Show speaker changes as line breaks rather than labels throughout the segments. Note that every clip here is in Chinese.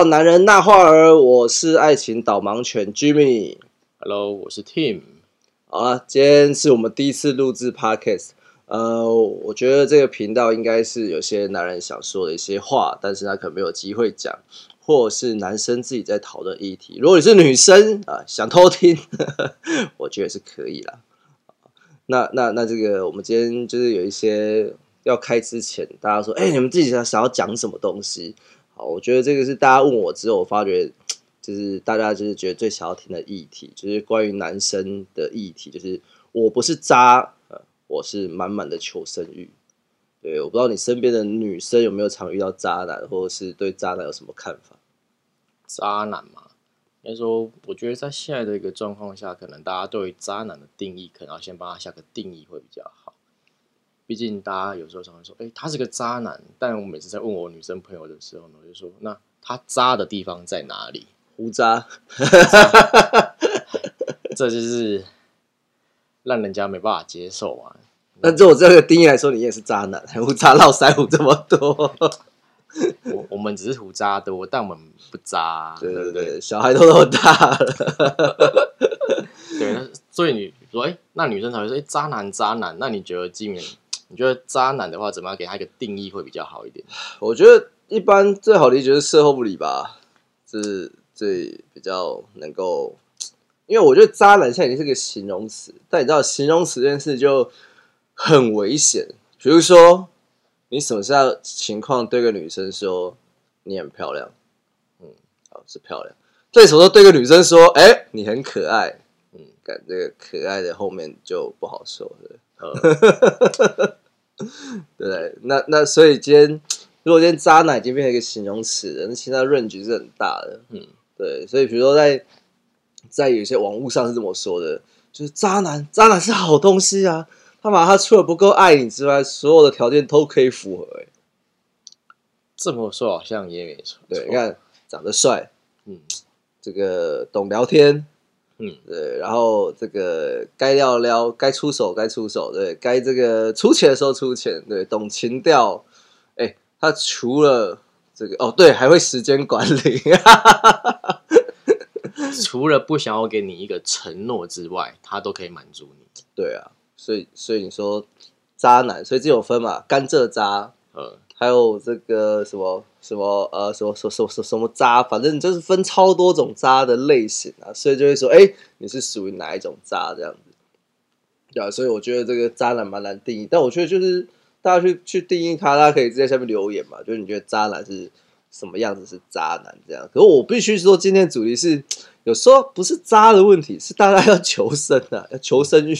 男人那话儿，我是爱情导盲犬
Jimmy。Hello， 我是 Tim。
好了，今天是我们第一次录制 Podcast。我觉得这个频道应该是有些男人想说的一些话，但是他可能没有机会讲，或者是男生自己在讨论议题。如果你是女生想偷听，我觉得是可以啦。那这个我们今天就是有一些要开之前，大家说，你们自己想要讲什么东西？好，我觉得这个是大家问我之后，我发觉就是大家就是觉得最想要听的议题，就是关于男生的议题，就是我不是渣，我是满满的求生欲。对，我不知道你身边的女生有没有常遇到渣男，或者是对渣男有什么看法？
渣男嘛，应该说，我觉得在现在的一个状况下，可能大家对于渣男的定义，可能要先帮他下个定义会比较好。毕竟大家有时候常会说，他是个渣男，但我每次在问我女生朋友的时候呢，我就说，那他渣的地方在哪里？
胡渣，
这就是让人家没办法接受啊。
那就我这个定义来说，你也是渣男，胡渣络腮胡这么多。
我们只是胡渣多，但我们不渣。
对，小孩都那么大了。
对，那所以你说，那女生才会说，渣男。那你觉得你觉得渣男的话，怎么样给他一个定义会比较好一点？
我觉得一般最好理解是事后不理吧，这是最比较能够，因为我觉得渣男现在已经是个形容词，但你知道形容词这件事就很危险。比如说，你什么情况对个女生说你很漂亮，好是漂亮，对什么时候对个女生说，你很可爱，感这个可爱的后面就不好说了。对，那所以如果今天渣男已经变成一个形容词了，那其实它 range 是很大的。对，所以比如说在有些网络上是这么说的，就是渣男是好东西啊，他除了不够爱你之外，所有的条件都可以符合。
这么说好像也没错。
对，你看长得帅，这个懂聊天。对，然后这个该撩，该出手，对，该这个出钱的时候出钱，对，懂情调，他除了这个，对，还会时间管理，
除了不想要给你一个承诺之外，他都可以满足你。
对啊，所以你说渣男，所以这有分嘛，甘蔗渣，还有这个什么渣，反正就是分超多种渣的类型啊，所以就会说，你是属于哪一种渣这样子，对啊，所以我觉得这个渣男蛮难定义，但我觉得就是大家去定义他，大家可以直接在下面留言嘛，就是你觉得渣男是什么样子是渣男这样。可是我必须说，今天的主题是有时候不是渣的问题，是大家要求生啊，要求生欲。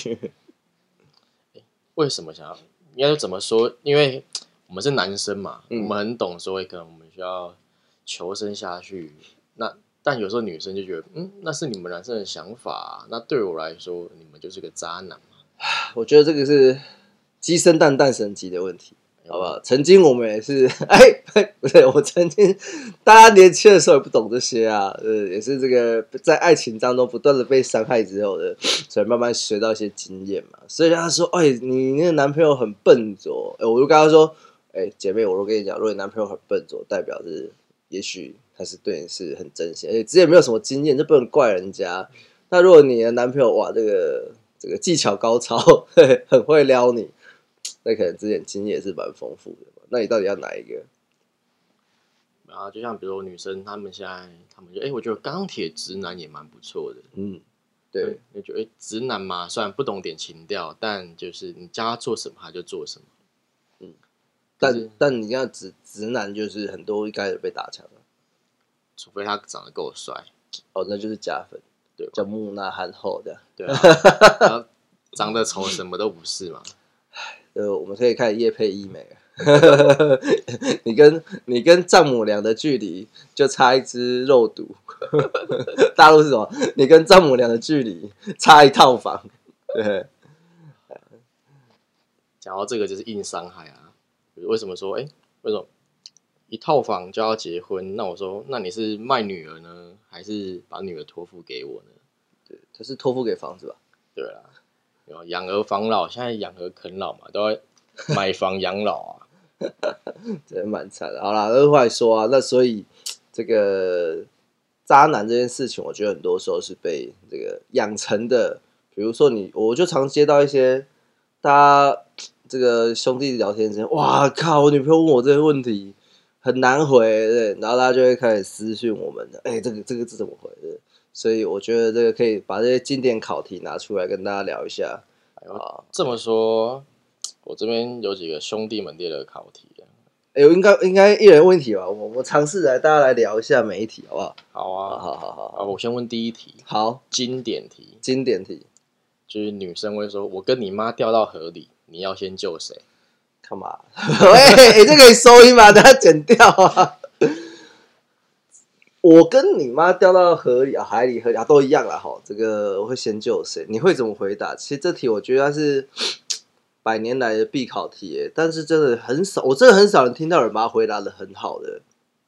为什么想要？应该说怎么说？因为我们是男生嘛，我们很懂说，可能我们需要求生下去。但有时候女生就觉得，那是你们男生的想法。那对我来说，你们就是个渣男嘛。
我觉得这个是鸡生蛋，蛋生鸡的问题，好不好？曾经我们也是，不对，我曾经大家年轻的时候也不懂这些啊，也是这个在爱情当中不断的被伤害之后的，所以慢慢学到一些经验嘛。所以他说，你那个男朋友很笨拙，我就跟他说，姐妹，我都跟你讲，如果你男朋友很笨拙，代表是也许他是对你是很真心，而且之前没有什么经验，就不能怪人家。那如果你的男朋友哇，这个技巧高超，很会撩你，那可能之前经验也是蛮丰富的嘛。那你到底要哪一个？
就像比如说女生，他们就我觉得钢铁直男也蛮不错的。
对，
就觉得直男嘛，虽然不懂点情调，但就是你叫他做什么他就做什么。
但你要直男就是很多一开始被打枪了，
除非他长得够帅，
那就是加分，
对，
叫木讷憨厚的，
对啊，长得丑什么都不是嘛。
我们可以开始业配医美你跟丈母娘的距离就差一只肉毒，大陆是什么？你跟丈母娘的距离差一套房，对。
讲到这个就是硬伤害啊。为什么说为什么一套房就要结婚？那我说，那你是卖女儿呢，还是把女儿托付给我呢？
对，他是托付给房子吧？
对啦，养儿防老，现在养儿啃老嘛，都要买房养老啊。
真蛮惨的。好啦，那话说啊，那所以这个渣男这件事情，我觉得很多时候是被这个养成的。比如说我就常接到一些大家这个兄弟聊天之间，哇靠，我女朋友问我这个问题很难回，对，然后大家就会开始私讯我们的，这个字怎么回？对，所以我觉得这个可以把这些经典考题拿出来跟大家聊一下。
这么说，我这边有几个兄弟们列的考题。
应该一人问题吧，我尝试大家来聊一下每一题，好不好？
好啊，好，我先问第一题。
好，
经典题， 就是女生会说：“我跟你妈掉到河里，你要先救谁？”
干嘛？喂，这可以收音吗？等下剪掉啊！我跟你妈掉到河里啊、海里、河里啊，都一样啦。哈，这个我会先救谁？你会怎么回答？其实这题我觉得它是100年来的必考题耶，但是真的很少，我真的很少人听到人把它回答的很好的。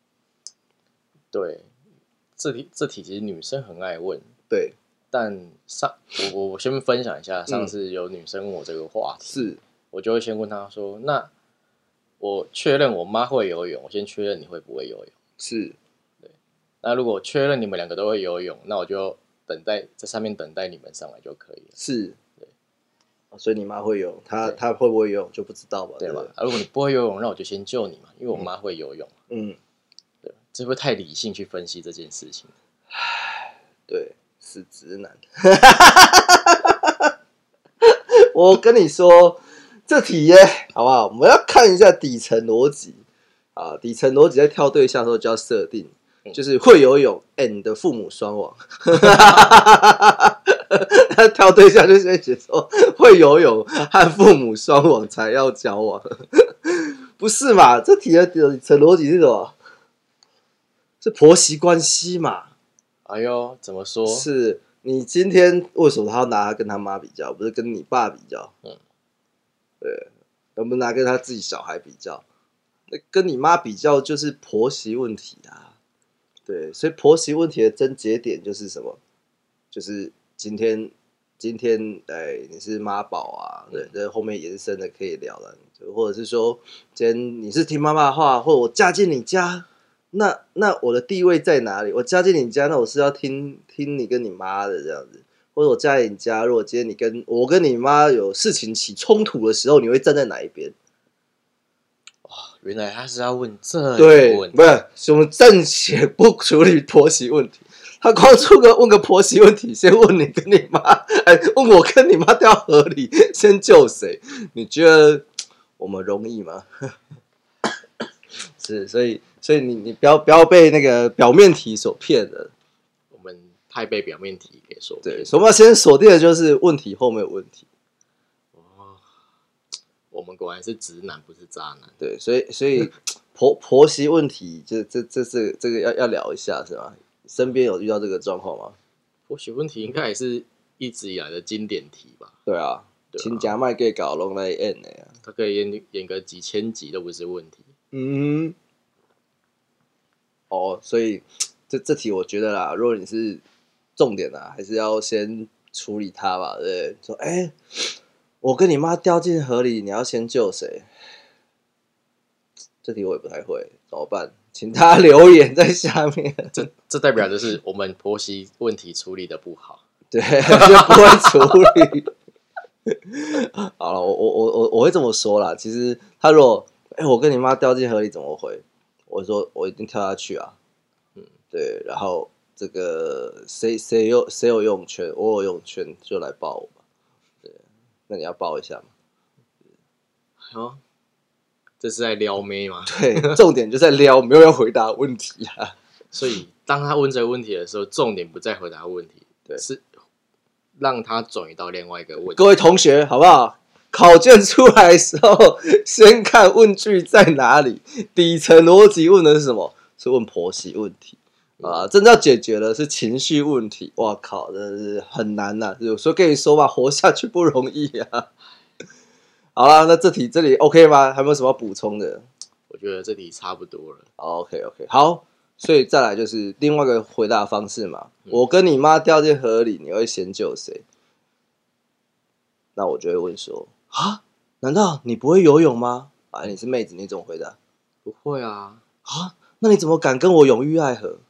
对，这题其实女生很爱问。
对，
但我先分享一下，上次有女生问我这个话题，
是
我就会先问她说：“那我确认我妈会游泳，我先确认你会不会游泳。”
是，
对。那如果确认你们2个都会游泳，那我就在上面等待你们上来就可以了。
是，对。所以你妈会游泳，她会不会游泳就不知道吧？
对吧？如果你不会游泳，那我就先救你嘛，因为我妈会游泳。对，这会太理性去分析这件事情。
对，是直男。我跟你说，这题耶，好不好？我们要看一下底层逻辑啊。底层逻辑在挑对象的时候就要设定，就是会游泳 and 父母双亡。他挑对象就先写说会游泳和父母双亡才要交往，不是嘛？这题的底层逻辑是什么？是婆媳关系嘛？
哎呦，怎么说？
是你今天为什么他要拿他跟他妈比较，不是跟你爸比较？对，而不是拿跟他自己小孩比较。那跟你妈比较就是婆媳问题啊。对，所以婆媳问题的症结点就是什么？就是今天，你是妈宝啊，对，这后面延伸的可以聊了，或者是说，今天你是听妈妈的话，或者我嫁进你家，那我的地位在哪里？我嫁进你家，那我是要听你跟你妈的这样子，或者我嫁进你家，如果今天我跟你妈有事情起冲突的时候，你会站在哪一边？
原来他是要问这
对，
个问题，
不是我们暂且不处理婆媳问题。他光问个婆媳问题，先问你跟你妈，问我跟你妈掉河里，先救谁？你觉得我们容易吗？是，所以你不要被那个表面题所骗了。
我们太被表面题给说骗。
对，所以我们要先锁定的就是问题后面有问题。
我们果然是直男，不是渣男。
对，所以婆媳问题，这个要聊一下是吗？身边有遇到这个状况吗？
婆媳问题应该也是一直以来的经典题吧？
对啊，亲家卖给搞拢来演的呀，
他可以演个几千集都不是问题。
所以这题我觉得啦，如果你是重点啦，还是要先处理它吧，对不对？说我跟你妈掉进河里，你要先救谁？这题我也不太会，怎么办？请大家留言在下面。
这代表就是我们婆媳问题处理的不好，
对，就不会处理。好了，我会这么说啦。其实他如果我跟你妈掉进河里怎么回？我说我一定跳下去啊。对，然后这个谁有游泳圈，我有游泳圈就来抱我吧。对，那你要抱一下吗？
这是在撩妹吗？
对，重点就在撩，没有要回答问题啊。
所以当他问这个问题的时候，重点不在回答问题，
对，
是让他转移到另外一个问题。
各位同学，好不好？考卷出来的时候，先看问句在哪里。底层逻辑问的是什么？是问婆媳问题啊！真的要解决的是情绪问题。哇靠，真的是很难呐！有时候跟你说吧，活下去不容易啊。好啦，那这里 OK 吗？还有没有什么要补充的？
我觉得这题差不多了。
OK， 好，所以再来就是另外一个回答方式嘛。我跟你妈掉进河里，你会先救谁？那我就会问说啊，难道你不会游泳吗？你是妹子，你怎么回答？
不会啊。
那你怎么敢跟我永浴爱河？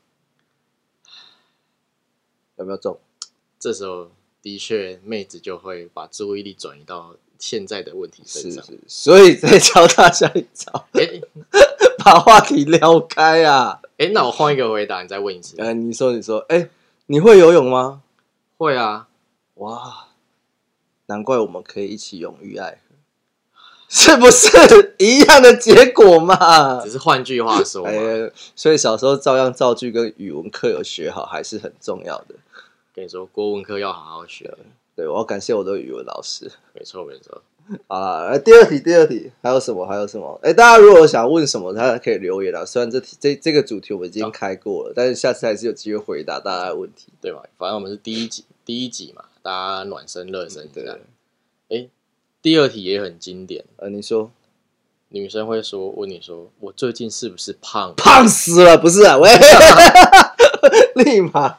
有没有中？
这时候的确妹子就会把注意力转移到现在的问题身上。
是，所以再教大家一招，把话题撩开啊！
那我换一个回答，你再问一次。
你说，你会游泳吗？
会啊。
哇，难怪我们可以一起永浴爱河，是不是一样的结果嘛？
只是换句话说嘛。
所以小时候照样造句跟语文课有学好，还是很重要的。
跟你说，国文科要好好学。
对，我要感谢我的语文老师。
没错。
好啦，第二题，还有什么？大家如果想问什么，大家可以留言啦。虽然这个主题我们已经开过了，但是下次还是有机会回答大家的问题，
对吧？反正我们是第一集嘛，大家暖身热身这样。第二题也很经典。
你说，
女生会问你说，我最近是不是胖？
胖死了，不是啊？喂，立马，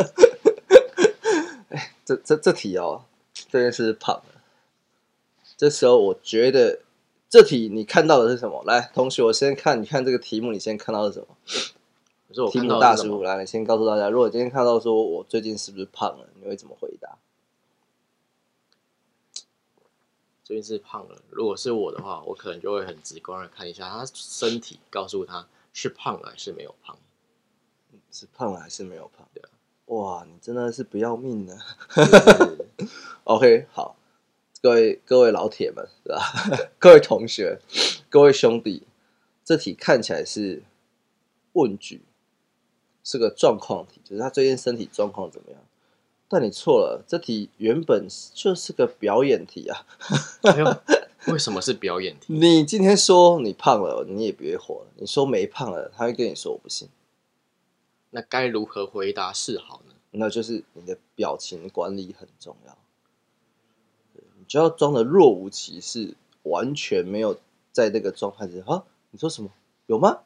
这题哦，这件事是胖了。这时候我觉得这题你看到的是什么？来，同学，我先看，你看这个题目，你先看到的是什么？题目大叔，来，你先告诉大家，如果今天看到说我最近是不是胖了，你会怎么回答？
最近是胖了。如果是我的话，我可能就会很直观的看一下他身体，告诉他是胖了还是没有胖。
是胖了还是没有胖？对啊。哇，你真的是不要命呢。OK， 好。各位老铁们，是吧？各位同学，各位兄弟，这题看起来是问句，是个状况题，就是他最近身体状况怎么样？但你错了，这题原本就是个表演题啊！
为什么是表演题？
你今天说你胖了，你也别火了；你说没胖了，他会跟你说我不信。
那该如何回答是好呢？
那就是你的表情管理很重要。就要装的若无其事，完全没有在那个状态之下。啊，你说什么？有吗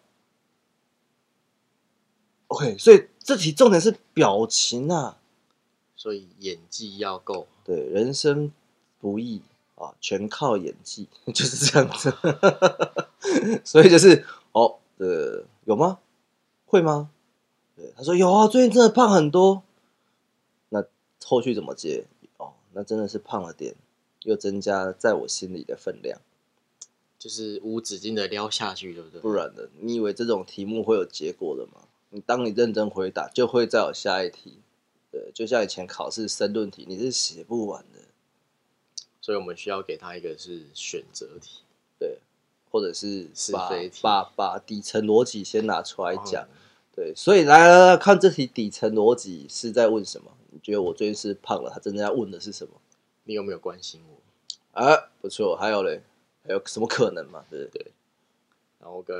？OK， 所以这题重点是表情啊，
所以演技要够。
对，人生不易啊，全靠演技，就是这样子。所以就是有吗？会吗？对，他说有啊，最近真的胖很多。那后续怎么接？那真的是胖了点。又增加在我心里的分量，
就是无止境的撩下去，对不对？
不然的，你以为这种题目会有结果的吗？当你认真回答，就会再有下一题。对，就像以前考试申论题，你是写不完的。
所以我们需要给他一个是选择题，
对，或者是
是非题，
把底层逻辑先拿出来讲。对，所以来看这题底层逻辑是在问什么？你觉得我最近是胖了？他真正要问的是什么？
你有没有关心我？
不错，还有嘞，还有什么可能嘛？对不对？
然后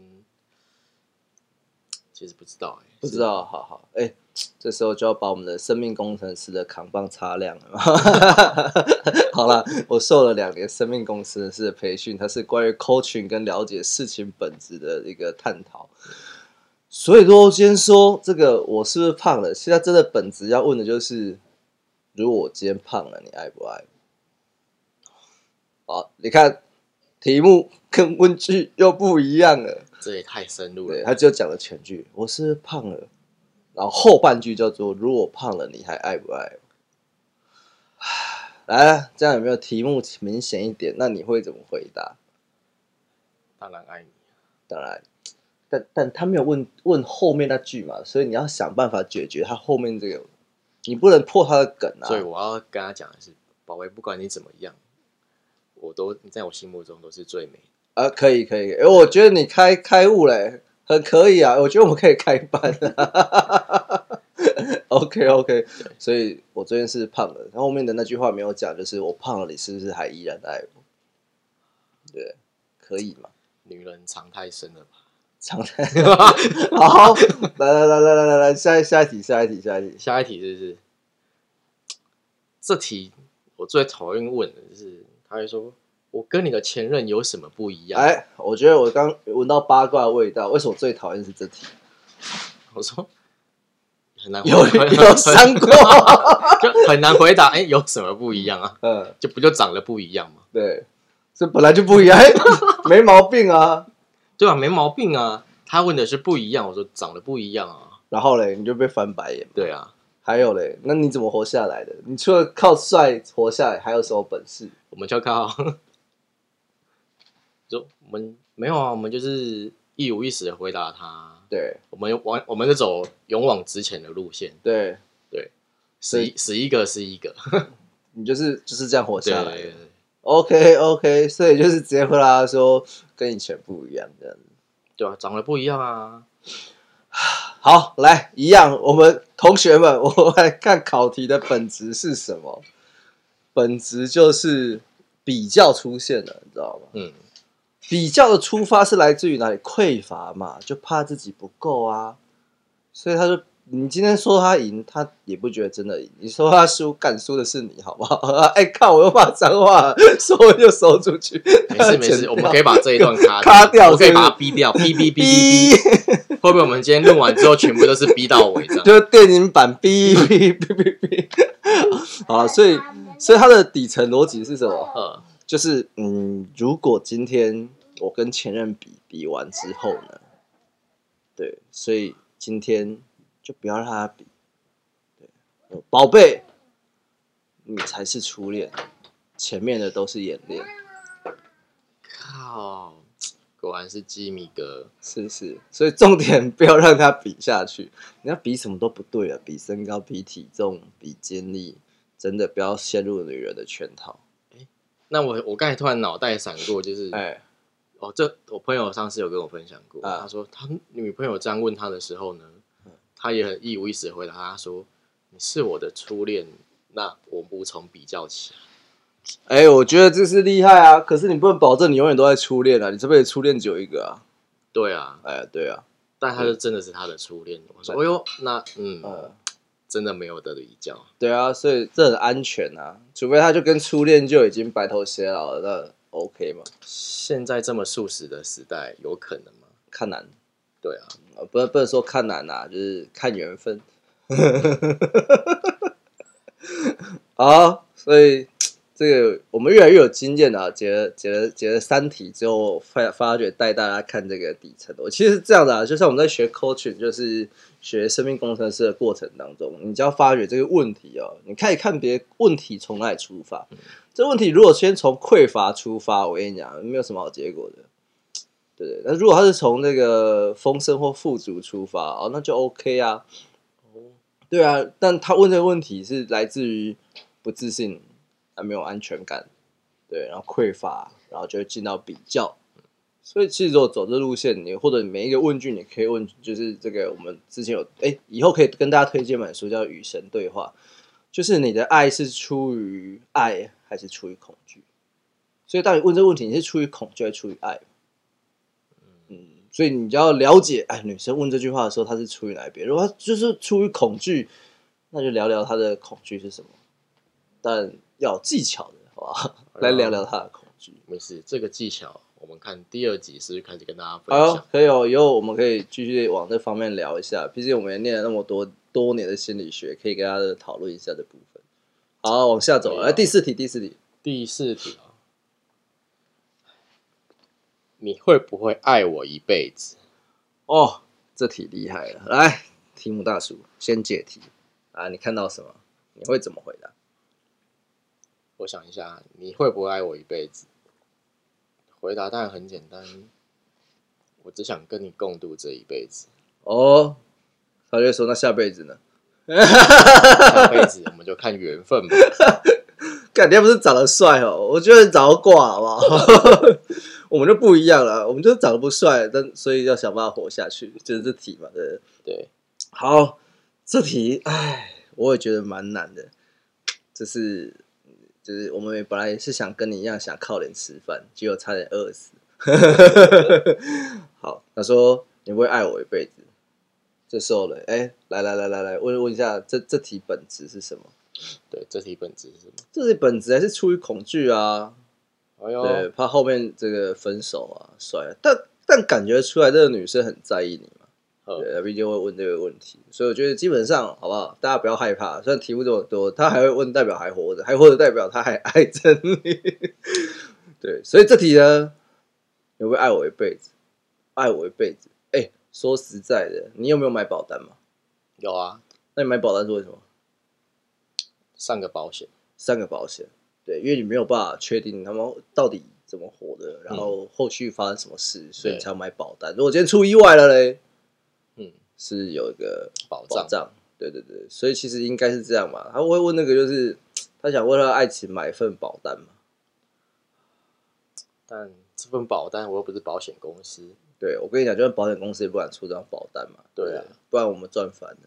其实不知道
不知道，好，这时候就要把我们的生命工程师的扛棒擦亮了。好啦，我受了2年生命工程师的培训，它是关于 coaching 跟了解事情本质的一个探讨。所以说，先说这个我是不是胖了？现在真的本质要问的就是，如果我今天胖了，你爱不爱我？好，你看题目跟问句又不一样了，
这也太深入了。
对，他就讲了前句，我是不是胖了，然后后半句叫做如果胖了，你还爱不爱我？来，这样有没有题目明显一点？那你会怎么回答？
当然爱你，
当然。但他没有问后面那句嘛，所以你要想办法解决他后面这个，你不能破他的梗啊。
所以我要跟他讲的是，宝贝，不管你怎么样，你在我心目中都是最美
啊。可以，我觉得你开悟嘞，很可以啊。我觉得我们可以开班OK， 所以我最近是胖了，然后后面的那句话没有讲，就是我胖了，你是不是还依然爱我？对，可以嘛？
女人藏太深了吧？
好，来，下一题，是不是？
这题我最讨厌问的就是他会说，我跟你的前任有什么不一样？
我觉得我刚闻到八卦的味道。为什么我最讨厌是这题？
我说很难
有伤过，
就很难回答。有什么不一样啊？就不就长得不一样吗？
对，这本来就不一样，没毛病啊。
对啊，没毛病啊。 他问的是不一样，我说长得不一样啊。
然后嘞，你就被翻白眼。
对啊，
还有嘞，那你怎么活下来的？你除了靠帅活下来，还有什么本事？
我们就靠，就我们没有啊，我们就是一五一十的回答他。
对，
我们是走勇往直前的路线。
对，
死一个是一个，
你就是这样活下来的。
对
OK， 所以就是直接回答他说跟以前不一样这样子。
对啊，长得不一样啊。
好，来一样，我们同学们，我来看考题的本质是什么？本质就是比较出现了，你知道吗？比较的出发是来自于哪里？匮乏嘛，就怕自己不够啊。所以他说，你今天说他赢，他也不觉得真的赢。你说他输，干输的是你，好不好？哎，看我又骂脏话，说就说出去。
没事，我们可以把这一段
卡掉，
我可以把它逼掉，逼。会不会我们今天录完之后，全部都是逼到尾这样？
就是电影版逼。好了，所以它的底层逻辑是什么？就是如果今天我跟前任比完之后呢，对，所以今天就不要让他比，对，宝贝，你才是初恋，前面的都是演练。
靠，果然是吉米哥，
是，所以重点不要让他比下去，你要比什么都不对了，比身高、比体重、比精力，真的不要陷入女人的圈套。
那我刚才突然脑袋闪过，就是我朋友上次有跟我分享过，他说他女朋友这样问他的时候呢，他也很一五一十的回答他说：“你是我的初恋，那我们无从比较起。”
我觉得这是厉害啊！可是你不能保证你永远都在初恋啊，你这辈子初恋只有一个啊。
对啊，
对啊，
但他就真的是他的初恋。我说：“哎呦，那真的没有得比较。”
对啊，所以这很安全啊，除非他就跟初恋就已经白头偕老了，那 OK 吗？
现在这么速食的时代，有可能吗？
看难。
对啊，
不能说看难啊，就是看缘分。好，所以这个我们越来越有经验了，解了3题之后，发觉带大家看这个底层。我其实是这样的啊，就像我们在学 coaching，就是学生命工程师的过程当中，你只要发觉这个问题哦，你可以看别问题从哪里出发。这问题如果先从匮乏出发，我跟你讲，没有什么好结果的。对，那如果他是从那个丰盛或富足出发，那就 OK 啊。对啊，但他问这个问题是来自于不自信，没有安全感，对，然后匮乏，然后就会进到比较。所以其实如果走这路线，你或者每一个问句你可以问，就是这个我们之前有以后可以跟大家推荐一本书叫《与神对话》，就是你的爱是出于爱还是出于恐惧？所以当你问这个问题，你是出于恐惧还是出于爱？所以你就要了解，女生问这句话的时候，她是出于哪一边？如果她就是出于恐惧，那就聊聊她的恐惧是什么。但要有技巧的，好吧？来聊聊她的恐惧。
没事，这个技巧我们看第2集是不是开始跟大家分享？
可以哦，以后我们可以继续往这方面聊一下。毕竟我们也念了那么多年的心理学，可以跟大家讨论一下这部分。好，往下走，来第4题。
第4题啊，你会不会爱我一辈子？
哦，这题厉害了。来，题目大叔先解题啊！你看到什么？你会怎么回答？
我想一下，你会不会爱我一辈子？回答当然很简单，我只想跟你共度这一辈子。
哦，他就说那下辈子呢？
下辈子我们就看缘分吧。
感觉不是长得帅哦，我觉得长得挂好不好？我们就不一样了，我们就长得不帅，所以要想办法活下去，就是这题嘛，对。
对，
好，这题，我也觉得蛮难的，就是我们本来也是想跟你一样想靠脸吃饭，结果差点饿死。好，他说你会爱我一辈子，这时候了，来问一下，这题本质是什么？
对，这题本质是什么？
这题本质还是出于恐惧啊，
对，
怕后面这个分手啊，摔啊，但感觉出来这个女生很在意你嘛，对，毕竟会问这个问题，所以我觉得基本上好不好？大家不要害怕，虽然题目这么多，他还会问，代表还活着，还活着代表他还爱着你。对，所以这题呢，你会爱我一辈子？爱我一辈子？ 说实在的，你有没有买保单嘛？
有啊，
那你买保单是为什么？
上个保险。
3个保险，对，因为你没有办法确定他们到底怎么活的，然后后续发生什么事，所以你才要买保单。如果今天出意外了嘞，是有一个保障。对对对，所以其实应该是这样嘛。他会问那个，就是他想为他的爱情买一份保单嘛。
但这份保单我又不是保险公司。
对，我跟你讲，就算保险公司也不敢出这张保单嘛。
对啊，
不然我们赚翻了。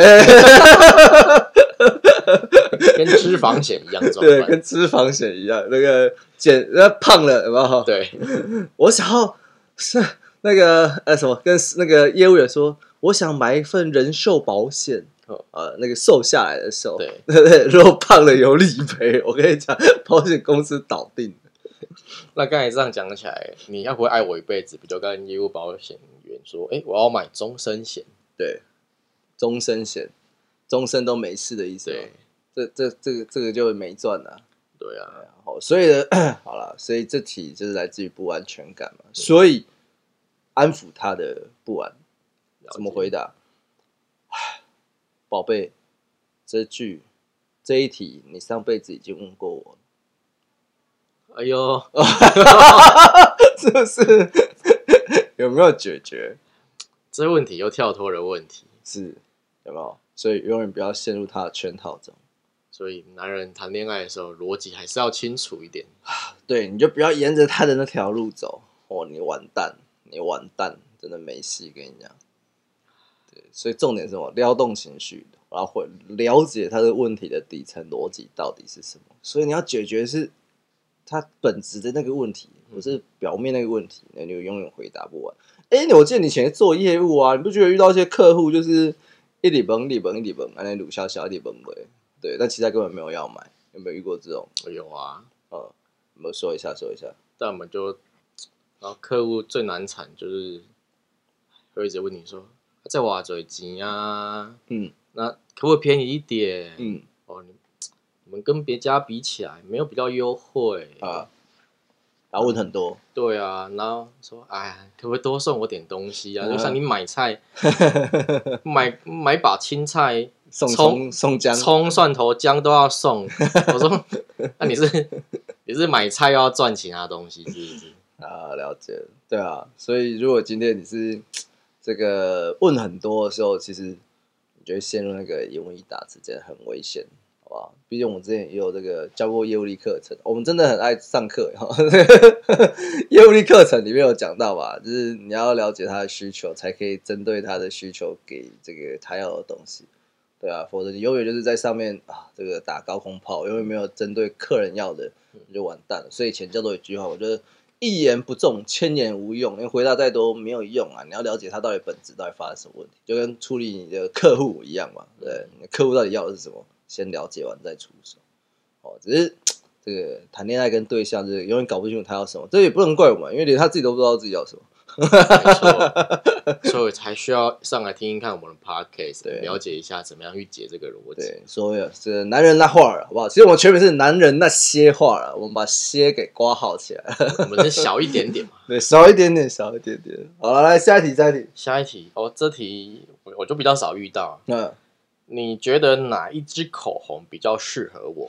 跟脂肪险一样赚翻。
对，跟脂肪险一样，那个胖了有没有？
对，
我想要是那个什么，跟那个业务员说，我想买一份人寿保险。那个瘦下来的时候，
对
对对，如果胖了有理赔，我跟你讲，保险公司倒定。
那刚才这样讲起来，你要不会爱我一辈子？比如跟业务保险员说，我要买终身险。
对，终身险，终身都没事的意思。对，这个就没赚了。
对啊，
所以呢，好了，所以这题就是来自于不安全感嘛，所以安抚他的不安，怎么回答？宝贝，这一题你上辈子已经问过我了。
哎呦，
是不是？有没有解决？
这问题又跳脱了问题，
是有没有？所以永远不要陷入他的圈套中。
所以男人谈恋爱的时候，逻辑还是要清楚一点。
对，你就不要沿着他的那条路走。你完蛋，真的没戏。跟你讲，对，所以重点是什么？撩动情绪，然后会了解他的问题的底层逻辑到底是什么。所以你要解决的是他本质的那个问题，不是表面那个问题，那你永远回答不完。我记得你以前做业务啊，你不觉得遇到一些客户就是一直问，安尼鲁小小一直问呗？对，但其实他根本没有要买，有没有遇过这种？
有啊，
有没有说一下？
但我们就，然后客户最难产就是会一直问你说，在挖嘴钱啊，那可不可以便宜一点？你们跟别家比起来，没有比较优惠
啊。然后问很多，
对啊，然后说，可不可以多送我点东西啊？就像你买菜，买把青菜，
送姜、
葱、蒜头、姜都要送。我说，那你是买菜又要赚其他东西，是不是？
了解，对啊。所以如果今天你是这个问很多的时候，其实你就会陷入那个一问一答之间，很危险。好吧，毕竟我们之前也有这个教过业务力课程，我们真的很爱上课。业务力课程里面有讲到吧，就是你要了解他的需求，才可以针对他的需求给这个他要的东西。对啊，否则你永远就是在上面这个打高空炮，永远没有针对客人要的，你就完蛋了。所以以前叫做一句话，我觉得一言不中，千言无用，因为回答再多没有用啊。你要了解他到底本质到底发生什么问题，就跟处理你的客户一样嘛。对，你的客户到底要的是什么？先了解完再出手。只是这个谈恋爱跟对象，就是永远搞不清楚他要什么，这也不能怪我们，因为连他自己都不知道自己要什么。
没错，所以才需要上来听听看我们的 podcast， 了解一下怎么样去解这个逻辑。
对，所以这男人那话了，好不好？其实我们全名是男人那些话了，我们把些给括号起来。
我们是小一点点嘛，
对，少一点点。好了，来下一题。
这题我就比较少遇到。你觉得哪一支口红比较适合我？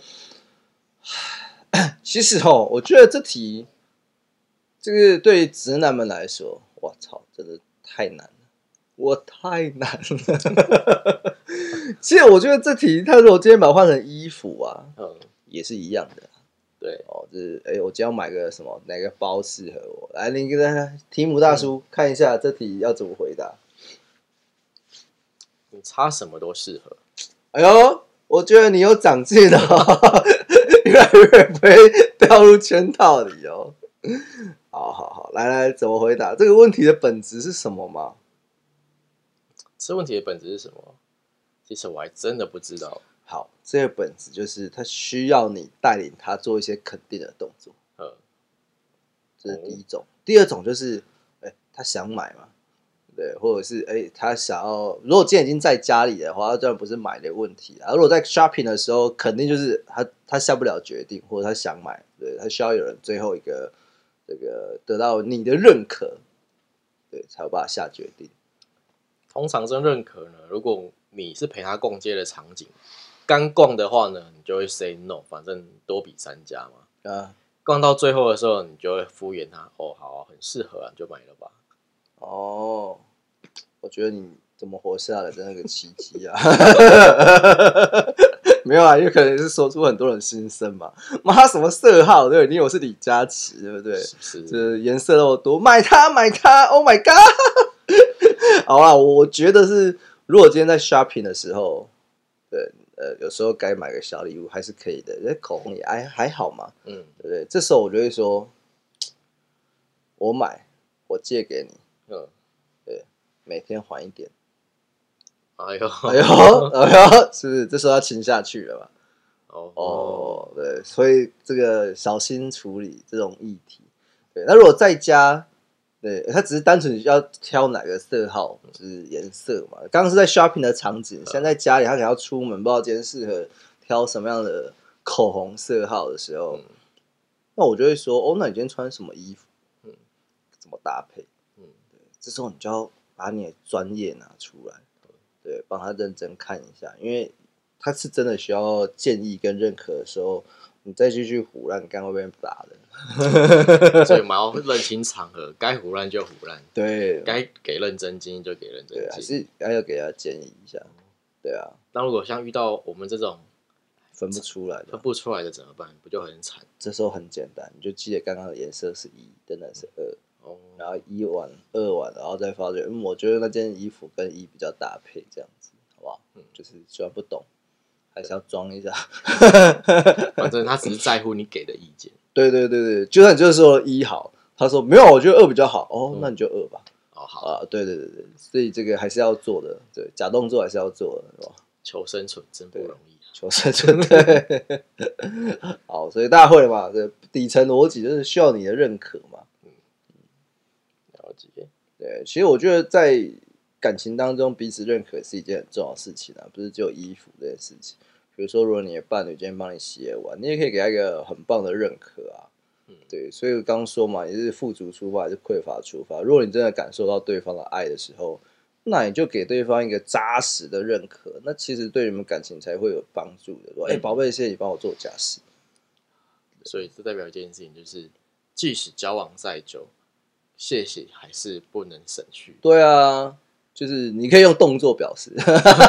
其实我觉得这题，这个对直男们来说，我操，真的太难了，太难了。其实我觉得这题，他如果今天把它换成衣服啊，也是一样的。
对，
就是我今天要买个什么，哪个包适合我？来，你跟提姆大叔看一下这题要怎么回答。
你擦什么都适合。
哎呦，我觉得你有长进哦，越来越不会掉入圈套里哦。好，来，怎么回答这个问题的本质是什么吗？
这问题的本质是什么？其实我还真的不知道。
好，这个本质就是他需要你带领他做一些肯定的动作。这是第一种。第二种就是，他想买嘛。对，或者是他想要，如果今天已经在家里的话，他当然不是买的问题啊。如果在 shopping 的时候，肯定就是他下不了决定，或者他想买，对，他需要有人最后一个这个得到你的认可，对，才有办法下决定。
通常这认可呢，如果你是陪他逛街的场景，刚逛的话呢，你就会 say no， 反正多比3家嘛。
啊，
逛到最后的时候，你就会敷衍他，哦，好、啊，很适合啊，你就买了吧。
哦，我觉得你怎么活下来真的个奇迹啊！没有啊，因为可能是说出很多人心声嘛。妈，什么色号？对，你以为我是李佳琦，对不对？
是
这颜色那么多，买它买它 ！Oh my god！ 好啦，我觉得是，如果今天在 shopping 的时候，对，有时候该买个小礼物还是可以的，因为口红也还好嘛，对不对？这时候我就会说，我买，我借给你，对，每天还一点。
哎呦，
哎呦，哎呦，是不是这时候要亲下去了吧？
哦，
对，所以这个小心处理这种议题。对，那如果在家，对他只是单纯要挑哪个色号，就是颜色嘛。刚刚是在 shopping 的场景，现在在家里，他可能要出门，不知道今天适合挑什么样的口红色号的时候，那我就会说，哦，那你今天穿什么衣服？怎么搭配？对，这时候你就要把你的专业拿出来。对，帮他认真看一下，因为他是真的需要建议跟认可的时候，你再继续胡乱，干会被人打的。
所以我们要认清场合，该胡乱就胡乱，
对，
该给认真建议就给认真
对，还
建议。
是要给他建议一下。对啊，
那如果像遇到我们这种
分不出来的，
分不出来的怎么办？不就很惨？
这时候很简单，你就记得刚刚的颜色是1，真的是2。然后1完2完，然后再发觉，我觉得那件衣服跟1比较搭配，这样子，好不好？就是虽然不懂，还是要装一下。
反正他只是在乎你给的意见。
对，就算你就是说1好，他说没有，我觉得2比较好，哦，那你就2吧。
哦，好
啊，对，所以这个还是要做的，对，假动作还是要做的，是吧？
求生存真不容易。
求生存，对。好，所以大家会了嘛？这底层逻辑就是需要你的认可嘛。
了解。
对，其实我觉得在感情当中，彼此认可是一件很重要的事情啊，不是只有衣服这件事情。比如说，如果你的伴侣今天帮你洗碗，你也可以给他一个很棒的认可啊。对，所以刚刚说嘛，你是富足出发还是匮乏出发？如果你真的感受到对方的爱的时候，那你就给对方一个扎实的认可，那其实对你们感情才会有帮助的。说，宝贝，谢谢你帮我做家事。
所以这代表一件事情，就是即使交往再久，谢谢还是不能省去。
对啊，就是你可以用动作表示，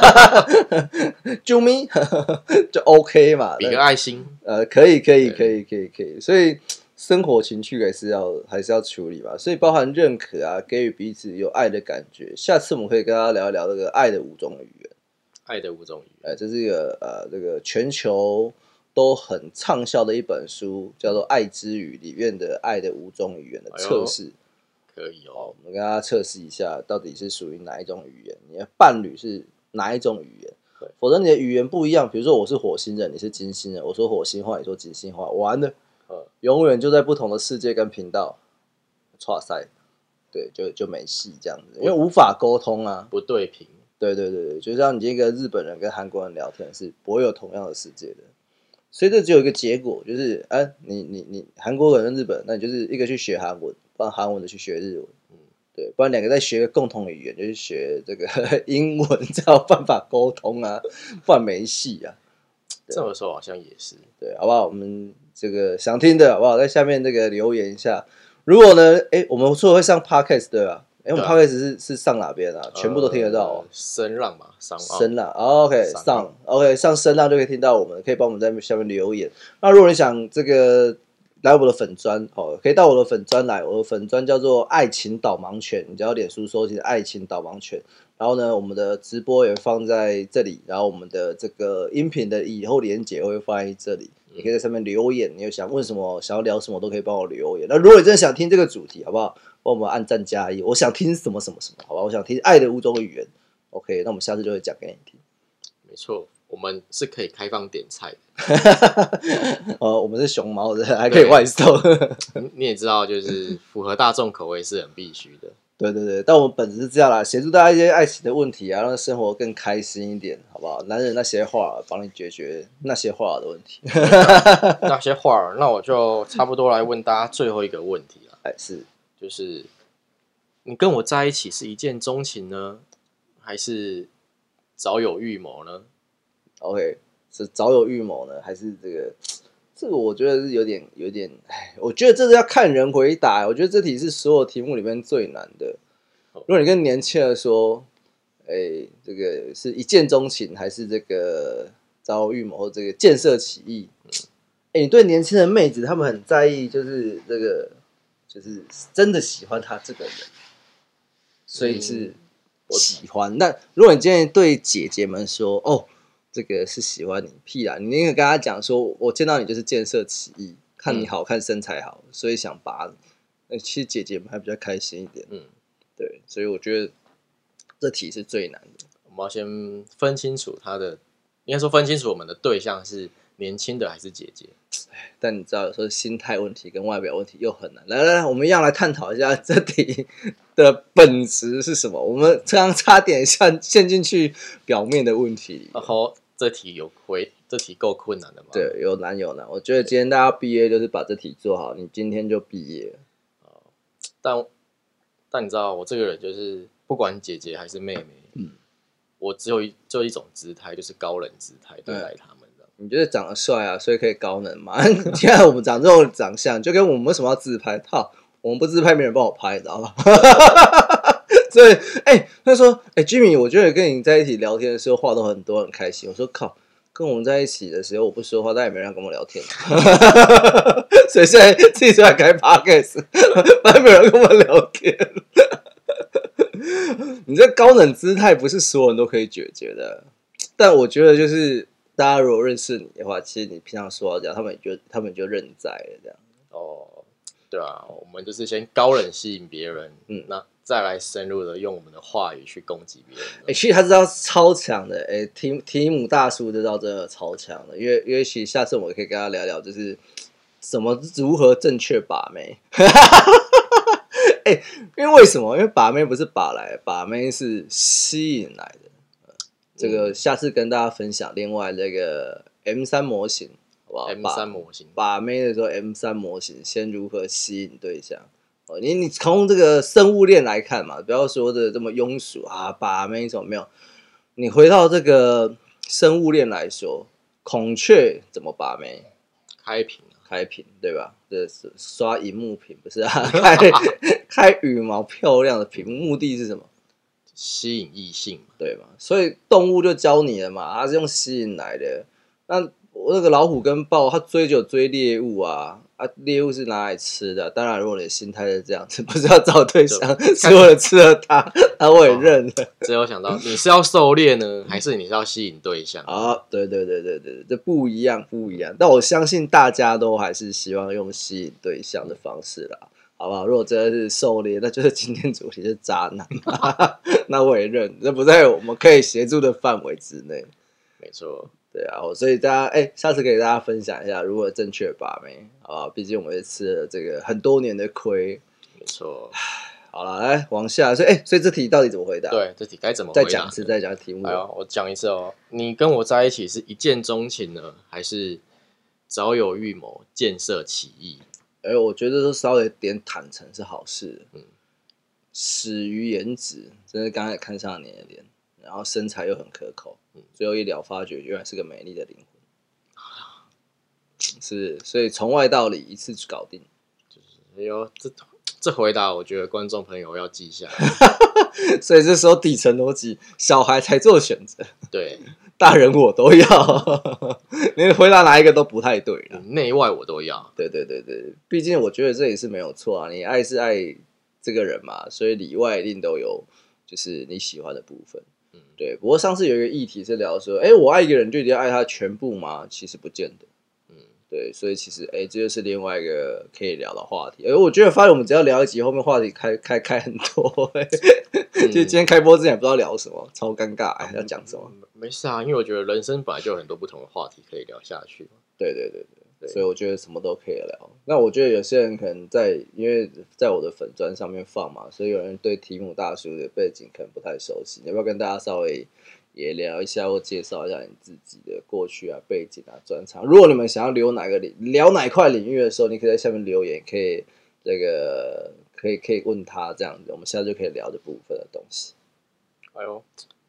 救命就 OK 嘛，
比个爱心。
可以，所以生活情趣还是要处理嘛，所以包含认可啊，给予彼此有爱的感觉。下次我们可以跟大家聊一聊这个爱的5种语言。
爱的5种语言，
这是一个这个全球都很畅销的一本书，叫做《爱之语》里面的爱的5种语言的测试。
可以哦，
我们跟大家测试一下，到底是属于哪一种语言？你的伴侣是哪一种语言？否则你的语言不一样。比如说我是火星人，你是金星人，我说火星话，你说金星话，完了，永远就在不同的世界跟频道，唰塞，对，就没戏这样子，因为无法沟通啊，
不对频。
对，就像你今天跟日本人跟韩国人聊天是不会有同样的世界的，所以这只有一个结果，就是你韩国人跟日本人，那你就是一个去学韩文，不然韩文的去学日文，对，不然2个再学个共同语言，就是学这个英文，才有办法沟通啊，不然没戏啊。
这么说好像也是，
对，好不好？我们这个想听的好不好，在下面这个留言一下。如果呢，我们说会上 podcast 对吧？我们 podcast 是上哪边啊？全部都听得到哦。
声浪嘛，
声浪 ，OK， 上声浪就可以听到我们，可以帮我们在下面留言。那如果你想这个来我的粉专可以到我的粉专来，我的粉专叫做爱情导盲犬，你只要脸书搜寻爱情导盲犬。然后呢，我们的直播也放在这里，然后我们的这个音频的以后连结会放在这里，你可以在上面留言，你有想问什么，想要聊什么都可以帮我留言。那如果你真的想听这个主题，好不好？帮我们按赞加1，我想听什么，好吧？我想听爱的5种语言 ，OK， 那我们下次就会讲给你听。
没错，我们是可以开放点菜的。
我们是熊猫的，还可以外售。
你也知道，就是符合大众口味是很必须的。
对，但我们本质是这样啦，协助大家一些爱情的问题啊，让生活更开心一点，好不好？男人那些话，帮你解决那些话的问题。
那些话，那我就差不多来问大家最后一个问题了。
是，
就是你跟我在一起是一见钟情呢， 还是早有预谋呢
？OK， 是早有预谋呢，还是这个我觉得是有点，我觉得这个要看人回答。我觉得这题是所有题目里面最难的。如果你跟年轻人说，这个是一见钟情，还是这个早有预谋，或这个见色起意？你对年轻的妹子，他们很在意，就是这个，就是真的喜欢他这个人，所以是喜欢。那如果你今天对姐姐们说，哦，这个是喜欢你，屁啦！你宁可跟他讲说，我见到你就是见色起意，看你好看，身材好，所以想拔你。其实姐姐们还比较开心一点。对，所以我觉得这题是最难的。
我们要先分清楚应该说分清楚我们的对象是年轻的还是姐姐。
但你知道，有时候心态问题跟外表问题又很难。来，我们一样来探讨一下这题的本质是什么。我们刚刚差点陷进去表面的问题里。
好，这题够困难的吗？
对，有难。我觉得今天大家毕业就是把这题做好，你今天就毕业了。
但你知道，我这个人就是不管姐姐还是妹妹，我只有一种姿态，就是高冷姿态对待他们。
你觉得长得帅啊，所以可以高冷嘛？现在我们长这种长相，就跟我们为什么要自拍？我们不自拍，没人帮我拍，你知道吗？所以，他说，Jimmy， 我觉得跟你在一起聊天的时候话都很多，很开心。我说靠，跟我们在一起的时候我不说话，但也没人跟我聊天。所以现在自己出来开 podcast， 反正没有人跟我聊天。你这高冷姿态不是所有人都可以解决的，但我觉得就是大家如果认识你的话，其实你平常说到这样，他们就认在了这样。
对啊，我们就是先高冷吸引别人，那再来深入的用我们的话语去攻击别人。
其实他知道超强的，提姆大叔知道真的超强的，因为其实下次我们可以跟他聊聊，就是如何正确把妹。因为为什么？因为把妹不是把来，把妹是吸引来的。这个下次跟大家分享。另外，这个 M3 模型，好不好？M3
模型
把妹的时候 ，M3 模型先如何吸引对象？你从这个生物链来看嘛，不要说的这么庸俗啊，把妹怎么没有？你回到这个生物链来说，孔雀怎么把妹？开屏对吧？这是刷荧幕屏不是啊？开羽毛漂亮的屏，目的是什么？
吸引异性嘛，
对嘛？所以动物就教你了嘛，它是用吸引来的。那我那个老虎跟豹，它追猎物啊，猎物是拿来吃的。当然，如果你的心态是这样子，不是要找对象，是为了吃了它，那我也认了。
只有想到你是要狩猎呢，还是你是要吸引对象？
对，这不一样。但我相信大家都还是希望用吸引对象的方式啦，好不好？如果真的是狩猎，那就是今天主题是渣男，那我也认，这不在我们可以协助的范围之内。
没错。
对啊，所以大家下次给大家分享一下如何正确把妹，好不好？毕竟我们也吃了这个很多年的亏。
没错。
好了，来往下，所以这题到底怎么回答？
对，这题该怎么回答？
再讲题目。
我讲一次哦。你跟我在一起是一见钟情呢，还是早有预谋、见色起意？
我觉得都稍微点坦诚是好事。始于颜值，真是刚才看上你的脸，然后身材又很可口，最后一了发觉原来是个美丽的灵魂。是，所以从外到里一次搞定。
这回答我觉得观众朋友要记下来。
所以这时候底层逻辑，小孩才做选择，
对，
大人我都要。你回答哪一个都不太对了，
内外我都要。
对，毕竟我觉得这也是没有错啊。你爱是爱这个人嘛，所以里外一定都有，就是你喜欢的部分。对。不过上次有一个议题是聊说，我爱一个人就一定要爱他全部吗？其实不见得。对，所以其实这就是另外一个可以聊的话题。我觉得发现我们只要聊一集，后面话题开很多。就今天开播之前也不知道聊什么，超尴尬，要讲什么？
没事啊，因为我觉得人生本来就有很多不同的话题可以聊下去。
对，所以我觉得什么都可以聊。那我觉得有些人可能因为在我的粉专上面放嘛，所以有人对提姆大叔的背景可能不太熟悉。你要不要跟大家稍微也聊一下或介绍一下你自己的过去啊、背景啊、专长？如果你们想要聊哪块领域的时候，你可以在下面留言，可以可以问他这样子，我们现在就可以聊这部分的东西。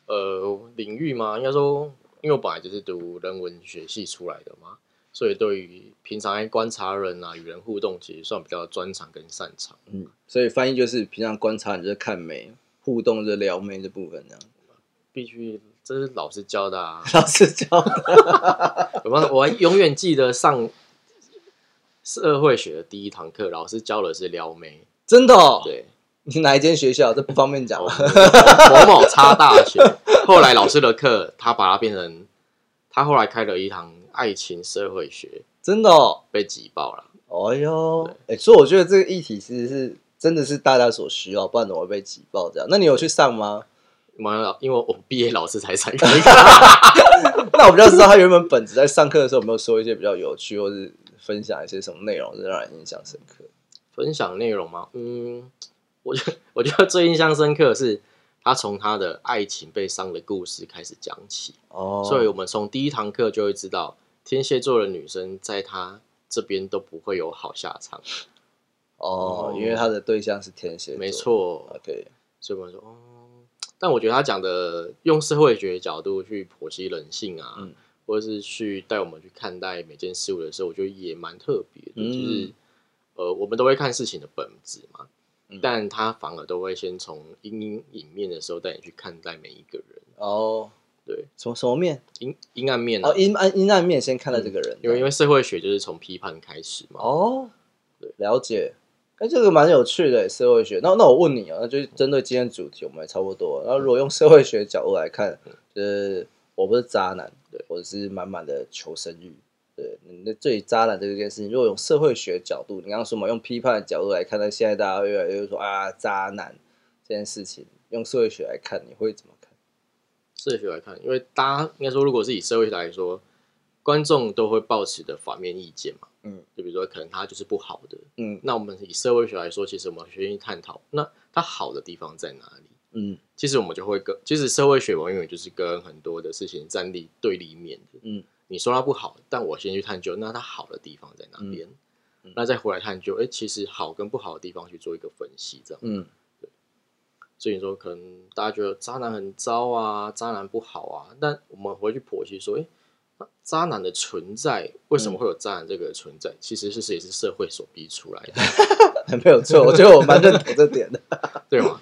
领域嘛，应该说，因为我本来就是读人文学系出来的嘛，所以对于平常在观察人啊、与人互动，其实算比较专长跟擅长。
所以翻译就是平常观察你就是看美，互动就是撩妹这部分这样。
必须，这是老师教的啊。
老师教的，
我还永远记得上社会学的第一堂课，老师教的是撩妹。
真的哦。
对，
你哪一间学校？这不方便讲了。
某某差大学。后来老师的课，他把它变成，他后来开了一堂爱情社会学，
真的哦，
被挤爆了。
哎呦，所以我觉得这个议题其实是真的是大家所需要，不然怎么会被挤爆这样？那你有去上吗？
因为我毕业老师才开课。
那我比较知道他原本本职在上课的时候有没有说一些比较有趣，或是分享一些什么内容是让人印象深刻？
分享内容吗？我觉得最印象深刻的是他从他的爱情被伤的故事开始讲起。所以我们从第一堂课就会知道，天蝎座的女生在他这边都不会有好下场。
因为他的对象是天蝎座。
没错。
OK，
所以我们说但我觉得他讲的用社会学角度去剖析人性啊，或者是去带我们去看待每件事物的时候，我觉得也蛮特别的。就是我们都会看事情的本质嘛，但他反而都会先从阴影面的时候带你去看待每一个人。对，
什么面？
阴暗面啊。
阴暗面先看待这个人。
因为社会学就是从批判开始嘛。
对，了解。这个蛮有趣的社会学。那我问你那就是针对今天主题，我们也差不多。然后如果用社会学角度来看，就是我不是渣男，对，我是满满的求生欲。对，你对于渣男这件事情，如果用社会学角度，你刚刚说嘛，用批判的角度来看，那现在大家越来越说渣男这件事情，用社会学来看，你会怎么看？
社会学来看，因为大家应该说，如果是以社会学来说，观众都会抱持的反面意见嘛。就比如说可能他就是不好的。那我们以社会学来说，其实我们愿意探讨，那他好的地方在哪里？其实我们就会其实社会学往往就是跟很多的事情站立对立面的。你说他不好，但我先去探究，那他好的地方在哪边？那再回来探究，其实好跟不好的地方去做一个分析，这样。对。所以你说可能大家觉得渣男很糟啊，渣男不好啊，但我们回去剖析说，渣男的存在为什么会有渣男这个存在？其实也是社会所逼出来的。
没有错，我觉得我蛮认同这点的。
对吗？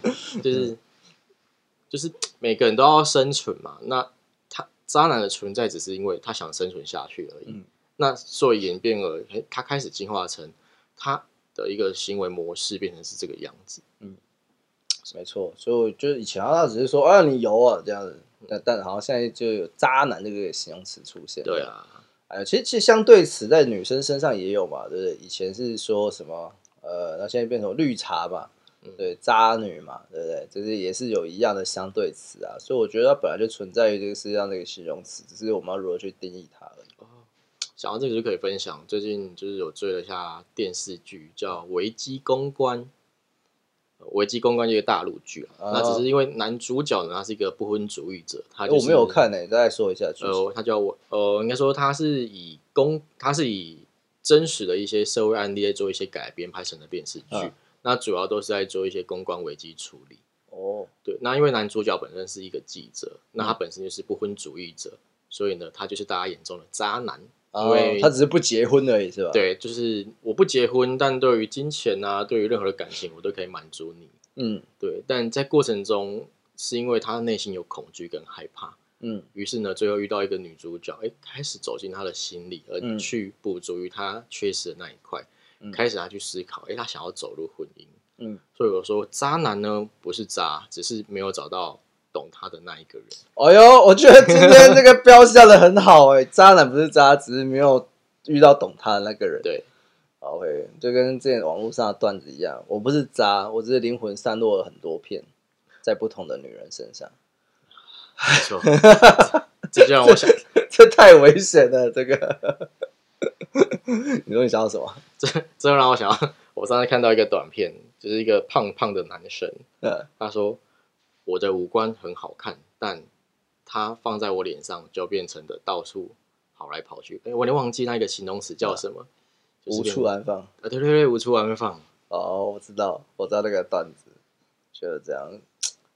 就是每个人都要生存嘛。那渣男的存在只是因为他想生存下去而已。那所以演变而他开始进化成他的一个行为模式变成是这个样子。
没错。所以就是以前他只是说你油啊这样子。但好像现在就有渣男这个形容词出现。
对啊。
其实相对词在女生身上也有嘛，对不对？以前是说什么那现在变成绿茶嘛，对，渣女嘛，对不对？就是也是有一样的相对词啊。所以我觉得它本来就存在于这个世界上这个形容词，只是我们要如何去定义它而已。
想到这个就可以分享，最近就是有追了一下电视剧叫《危机公关》。危机公关是一个大陆剧那只是因为男主角呢，他是一个不婚主义者，我
没有看你再说一下剧情。
他叫应该说他是以真实的一些社会案例在做一些改编拍成的电视剧。那主要都是在做一些公关危机处理。对，那因为男主角本身是一个记者，那他本身就是不婚主义者，所以呢，他就是大家眼中的渣男。因为
他只是不结婚而已，是吧？
对，就是我不结婚，但对于金钱啊，对于任何的感情，我都可以满足你。对。但在过程中，是因为他内心有恐惧跟害怕。于是呢，最后遇到一个女主角，开始走进他的心里，而去补足于他缺失的那一块。开始他去思考，他想要走入婚姻。所以我说，渣男呢不是渣，只是没有找到懂他的那一个人。
我觉得今天这个标下的很好。渣男不是渣，只是没有遇到懂他的那个人。
对。
OK， 就跟之前网络上的段子一样，我不是渣，我只是灵魂散落了很多片，在不同的女人身上。
没错。这就让我想，
这太危险了。这个，你说你想要什么？
这让我想到，我上次看到一个短片，就是一个胖胖的男生，他说我的五官很好看，但他放在我脸上就变成的到处跑来跑去。我有点忘记那个形容词叫什么。
无处安放。
对，无处安放。
我知道那个段子，就是这样。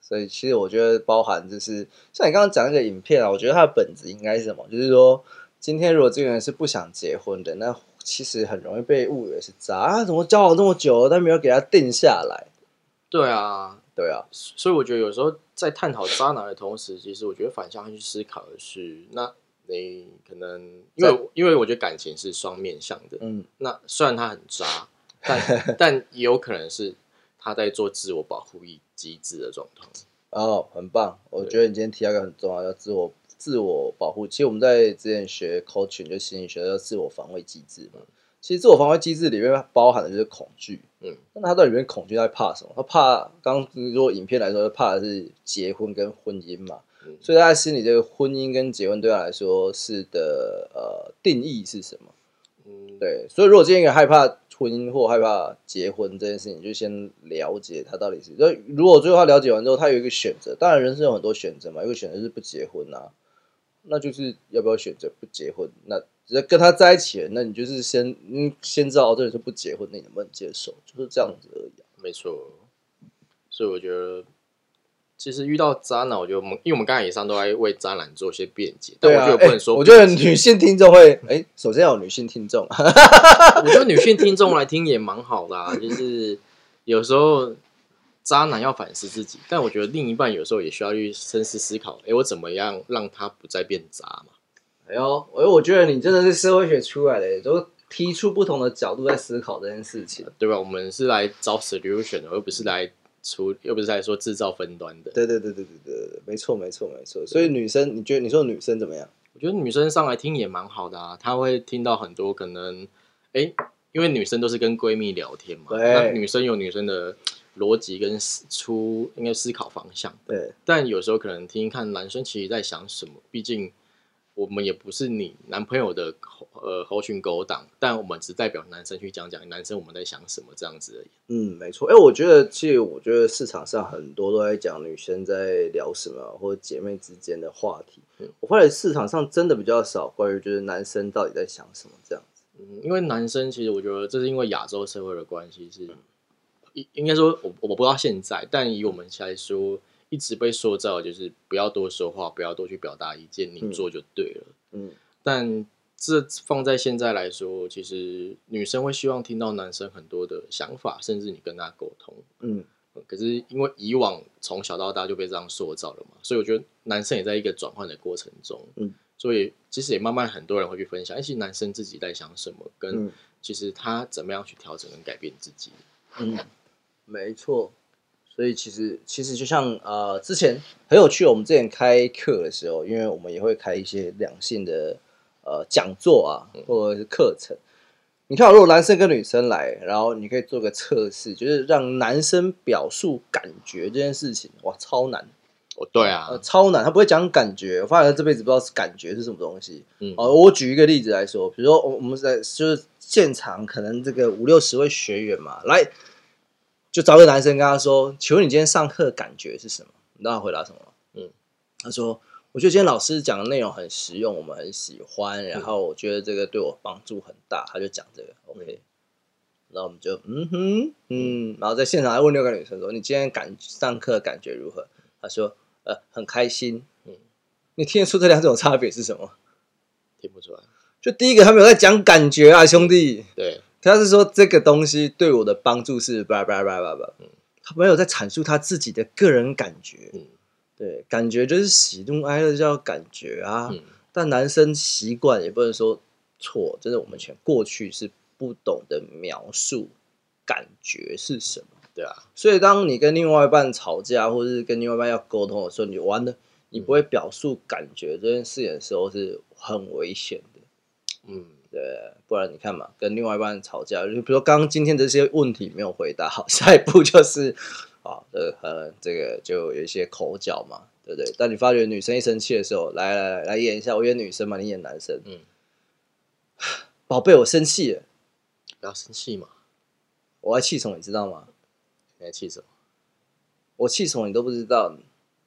所以其实我觉得包含就是像你刚刚讲那个影片啊，我觉得它的本质应该是什么？就是说，今天如果这个人是不想结婚的，那其实很容易被误以为是渣啊，怎么交往这么久了，但没有给他定下来。
对啊，
对啊，
所以我觉得有时候在探讨渣男的同时，其实我觉得反向去思考的是，那你可能因为我觉得感情是双面向的，那虽然他很渣，但也有可能是他在做自我保护机制的状况。
哦，很棒，我觉得你今天提到一个很重要，叫自我保护。其实我们在之前学 coaching 就心理学叫自我防卫机制嘛。其实自我防卫机制里面包含的就是恐惧，那他在里面恐惧在怕什么？他怕刚如果影片来说，怕的是结婚跟婚姻嘛，所以他心里这个婚姻跟结婚对他来说是的定义是什么？对，所以如果今天一个害怕婚姻或害怕结婚这件事情，就先了解他到底是。如果最后他了解完之后，他有一个选择，当然人生有很多选择嘛，一个选择是不结婚啊，那就是要不要选择不结婚？那只要跟他在一起了，那你就是先知道这人是不结婚，那你能不能接受？就是这样子而已
没错，所以我觉得。其实遇到渣男，我觉得因为我们刚才以上都在为渣男做一些辩解，但我觉得不能说。
我觉得女性听众会，首先要有女性听众，
我觉得女性听众来听也蛮好的啊。就是有时候渣男要反思自己，但我觉得另一半有时候也需要去深思思考，我怎么样让他不再变渣嘛？
我觉得你真的是社会学出来的，都提出不同的角度在思考这件事情，
对吧？我们是来找 solution 的，而不是来说制造分端的。
对，没错。所以女生，你说女生怎么样？
我觉得女生上来听也蛮好的啊，她会听到很多可能，因为女生都是跟闺蜜聊天嘛，那女生有女生的逻辑跟应该思考方向。
对，
但有时候可能听看男生其实在想什么，毕竟我们也不是你男朋友的猴群狗党，但我们只代表男生去讲男生我们在想什么这样子而已。
没错。我觉得市场上很多都在讲女生在聊什么，或者姐妹之间的话题。我发现市场上真的比较少关于就是男生到底在想什么这样子。
因为男生其实我觉得这是因为亚洲社会的关系，是应该说我不知道现在，但以我们来说，一直被塑造就是不要多说话，不要多去表达意见，你做就对了。但这放在现在来说，其实女生会希望听到男生很多的想法，甚至你跟他沟通。可是因为以往从小到大就被这样塑造了嘛，所以我觉得男生也在一个转换的过程中。所以其实也慢慢很多人会去分享，其实男生自己在想什么，跟其实他怎么样去调整跟改变自己。
没错。所以其实就像之前很有趣，我们之前开课的时候，因为我们也会开一些两性的讲座啊，或者是课程。你看，如果男生跟女生来，然后你可以做个测试，就是让男生表述感觉这件事情，哇，超难。
对啊，
超难，他不会讲感觉。我发现他这辈子不知道感觉是什么东西。我举一个例子来说，比如说我们在就是现场可能这个50-60位学员嘛，来就找个男生跟他说：“请问你今天上课的感觉是什么？”你知道他回答什么吗？他说：“我觉得今天老师讲的内容很实用，我们很喜欢，然后我觉得这个对我帮助很大。”他就讲这个 ，OK。然后我们就然后在现场还问6个女生说：“你今天上课的感觉如何？”他说：“很开心。”你听得出这两种差别是什么？
听不出来。
就第一个，他没有在讲感觉啊，兄弟。
对。
他是说这个东西对我的帮助是叭叭叭叭叭，他没有在阐述他自己的个人感觉。对，感觉就是喜怒哀乐叫感觉啊。但男生习惯也不能说错，就是我们过去是不懂得描述感觉是什么。
对啊，
所以当你跟另外一半吵架，或者是跟另外一半要沟通的时候，你完了，你不会表述感觉这件事情的时候是很危险的。对，不然你看嘛，跟另外一半吵架，就比如说刚刚今天这些问题没有回答好，下一步就是这个就有一些口角嘛，对不对？但你发觉女生一生气的时候，来演一下，我演女生嘛，你演男生。宝贝，我生气了。
不要生气嘛。
我要气什么，你知道吗？
你在气什么？
我气什么你都不知道。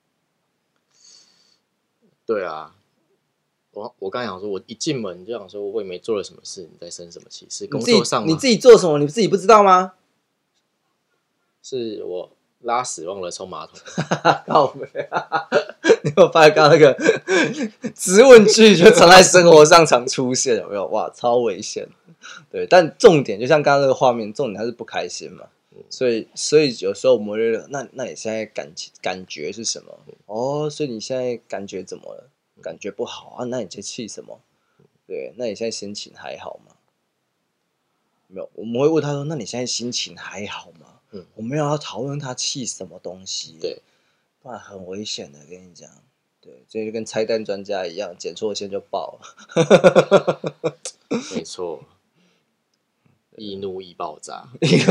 对啊。我刚才想说，我一进门就想说，我也没做了什么事，你在生什么气？是工作上吗？
你自己做什么，你自己不知道吗？
是拉屎忘了冲马桶，
靠北你有发现刚刚那个质问句就常在生活上常出现，有没有？哇，超危险。对，但重点就像刚刚那个画面，重点还是不开心嘛。所以有时候我们会觉得，那你现在感觉是什么？哦，所以你现在感觉怎么了？感觉不好啊？那你在气什么？对，那你现在心情还好吗？没有，我们会问他说：“那你现在心情还好吗？”我们要讨论他气什么东西，
对，
不然很危险的，跟你讲。对，这就跟拆弹专家一样，剪错线就爆了。
没错，易怒易爆炸，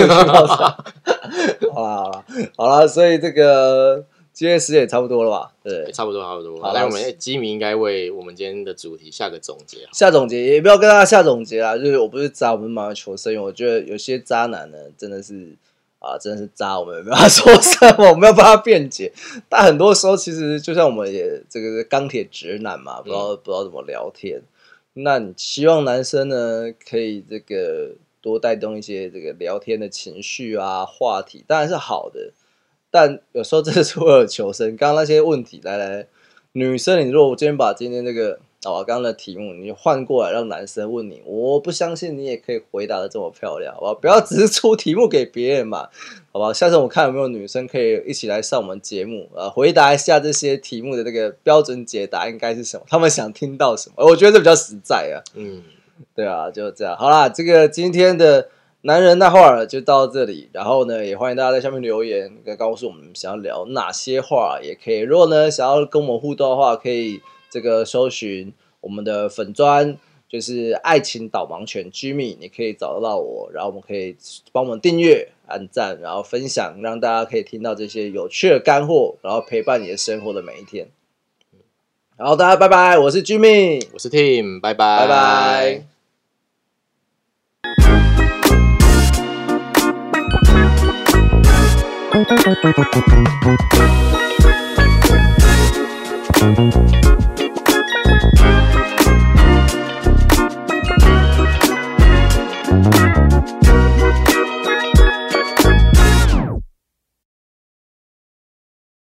好啦，所以这个今天时间也差不多了吧？对，
差不多。好，那我们基民应该为我们今天的主题下个总结。
下总结也不要跟大家下总结啦，就是我不是渣，我们马上求生，因为我觉得有些渣男呢，真的是渣，我们没办法说什么，我们没有办法辩解。但很多时候，其实就像我们也这个钢铁直男嘛，不知道怎么聊天。那你希望男生呢，可以这个多带动一些这个聊天的情绪啊，话题，当然是好的。但有时候这是为了求生。刚刚那些问题，来，女生，你如果我今天把今天这个刚刚的题目你换过来让男生问你，我不相信你也可以回答的这么漂亮，好不好？不要只是出题目给别人嘛，好不好？下次我看有没有女生可以一起来上我们节目回答一下这些题目的这个标准解答应该是什么，他们想听到什么？我觉得这比较实在啊。对啊，就这样。好啦，这个今天的男人那话就到这里，然后呢，也欢迎大家在下面留言，告诉我们想要聊哪些话，也可以。如果呢想要跟我们互动的话，可以这个搜寻我们的粉专，就是爱情导盲犬 Jimmy， 你可以找得到我，然后我们可以帮我们订阅、按赞，然后分享，让大家可以听到这些有趣的干货，然后陪伴你的生活的每一天。然后大家拜拜，我是 Jimmy，
我是 Tim， 拜拜，
拜拜。Thank you.